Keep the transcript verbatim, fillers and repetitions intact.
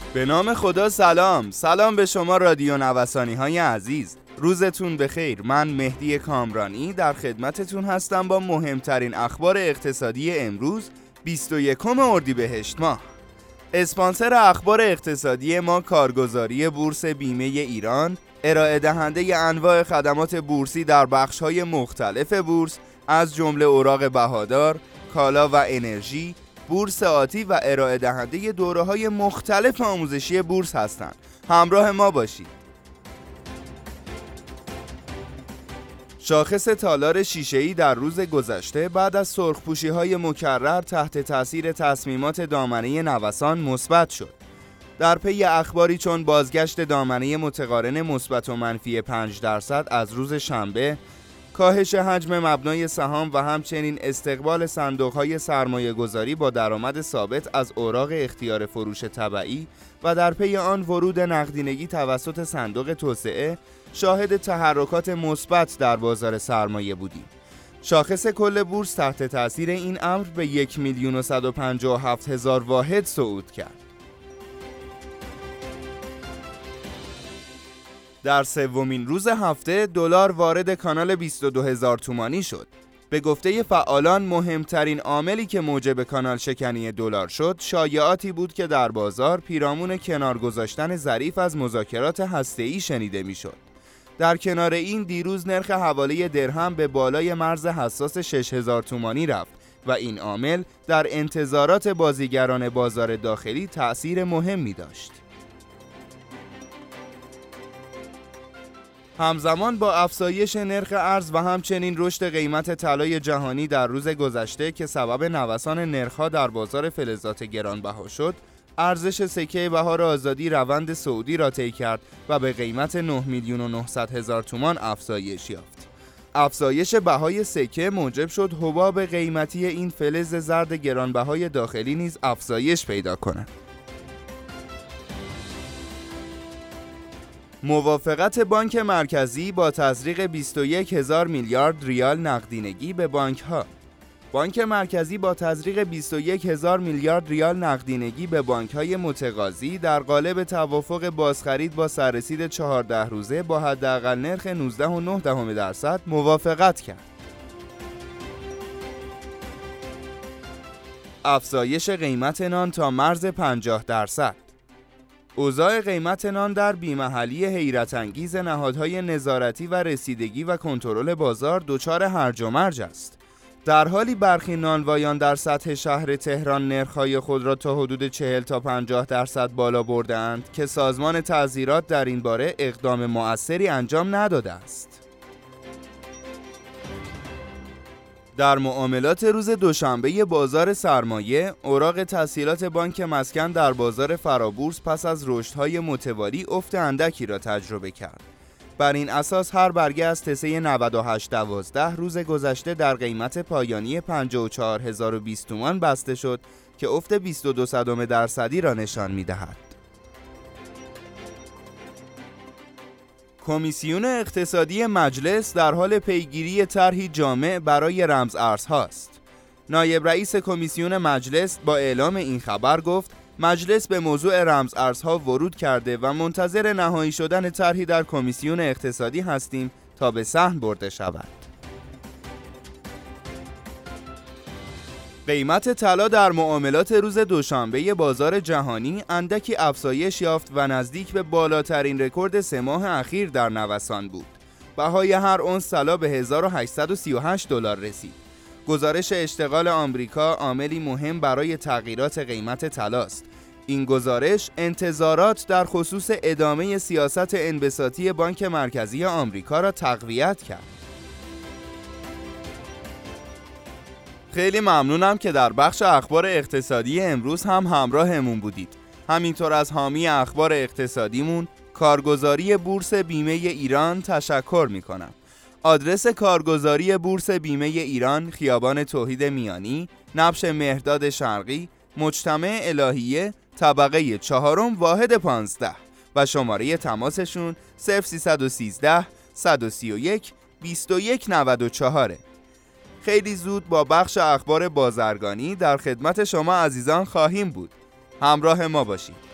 به نام خدا. سلام سلام به شما رادیو نوسانی های عزیز، روزتون بخیر. من مهدی کامرانی در خدمتتون هستم با مهمترین اخبار اقتصادی امروز بیست و یکم اردیبهشت ماه. اسپانسر اخبار اقتصادی ما کارگزاری بورس بیمه ایران، ارائه دهنده انواع خدمات بورسی در بخش‌های مختلف بورس از جمله اوراق بهادار، کالا و انرژی، بورس آتی و ارائه دهنده دوره‌های مختلف آموزشی بورس هستند. همراه ما باشید. شاخص تالار شیشه‌ای در روز گذشته بعد از سرخپوشی‌های مکرر تحت تاثیر تصمیمات دامنه نوسان مثبت شد. در پی اخباری چون بازگشت دامنه متقارن مثبت و منفی پنج درصد از روز شنبه، کاهش حجم مبنای سهام و همچنین استقبال صندوق‌های سرمایه‌گذاری با درآمد ثابت از اوراق اختیار فروش تبعی و در پی آن ورود نقدینگی توسط صندوق توسعه، شاهد تحرکات مثبت در بازار سرمایه بودیم. شاخص کل بورس تحت تاثیر این امر به یک میلیون و صد و پنجاه و هفت هزار واحد صعود کرد. در سومین روز هفته دلار وارد کانال بیست و دو هزار تومانی شد. به گفته فعالان مهمترین عاملی که موجب کانال شکنی دلار شد، شایعاتی بود که در بازار پیرامون کنار گذاشتن ظریف از مذاکرات هسته‌ای شنیده میشد. در کنار این دیروز نرخ حواله درهم به بالای مرز حساس شش هزار تومانی رفت و این عامل در انتظارات بازیگران بازار داخلی تأثیر مهمی داشت. همزمان با افزایش نرخ ارز و همچنین رشد قیمت طلای جهانی در روز گذشته که سبب نوسان نرخ‌ها در بازار فلزات گرانبها شد، ارزش سکه بهار آزادی روند صعودی را طی کرد و به قیمت نه میلیون و نهصد هزار تومان افزایش یافت. افزایش بهای سکه موجب شد حباب قیمتی این فلز زرد گرانبهای داخلی نیز افزایش پیدا کند. موافقت بانک مرکزی با تزریق بیست و یک هزار میلیارد ریال نقدینگی به بانک‌ها. بانک مرکزی با تزریق بیست و یک هزار میلیارد ریال نقدینگی به بانک‌های متقاضی در قالب توافق بازخرید با سررسید چهارده روزه با حداقل نرخ نوزده و نه دهم درصد موافقت کرد. افزایش قیمت نان تا مرز پنجاه درصد. اوضاع قیمت نان در بی‌محلی حیرت انگیز نهادهای نظارتی و رسیدگی و کنترل بازار دچار هرج و مرج است. در حالی برخی نانوایان در سطح شهر تهران نرخ‌های خود را تا حدود چهل تا پنجاه درصد بالا برده‌اند که سازمان تعزیرات در این باره اقدام مؤثری انجام نداده است. در معاملات روز دوشنبه بازار سرمایه، اوراق تسهیلات بانک مسکن در بازار فرابورس پس از رشدهای متوالی افت اندکی را تجربه کرد. بر این اساس هر برگه از تسه نود و هشت دوازده روز گذشته در قیمت پایانی پنجاه و چهار هزار و بیست تومان بسته شد که افت بیست و دو صدم درصدی را نشان می‌دهد. کمیسیون اقتصادی مجلس در حال پیگیری طرحی جامع برای رمز ارزهاست. نایب رئیس کمیسیون مجلس با اعلام این خبر گفت مجلس به موضوع رمز ارزها ورود کرده و منتظر نهایی شدن طرحی در کمیسیون اقتصادی هستیم تا به صحن برده شود. قیمت طلا در معاملات روز دوشنبه بازار جهانی اندکی افزایش یافت و نزدیک به بالاترین رکورد سه ماه اخیر در نوسان بود. بهای هر اونس طلا به هزار و هشتصد و سی و هشت دلار رسید. گزارش اشتغال آمریکا عاملی مهم برای تغییرات قیمت طلاست. این گزارش انتظارات در خصوص ادامه سیاست انبساطی بانک مرکزی آمریکا را تقویت کرد. خیلی ممنونم که در بخش اخبار اقتصادی امروز هم همراهمون بودید. همینطور از حامی اخبار اقتصادیمون کارگزاری بورس بیمه ایران تشکر میکنم. آدرس کارگزاری بورس بیمه ایران خیابان توحید میانی، نبش مهرداد شرقی، مجتمع الهیه، طبقه چهارم، واحد پانزده و شماره تماسشون صفر سیصد و سیزده صد و سی و یک بیست و یک نود و چهار. خیلی زود با بخش اخبار بازرگانی در خدمت شما عزیزان خواهیم بود. همراه ما باشید.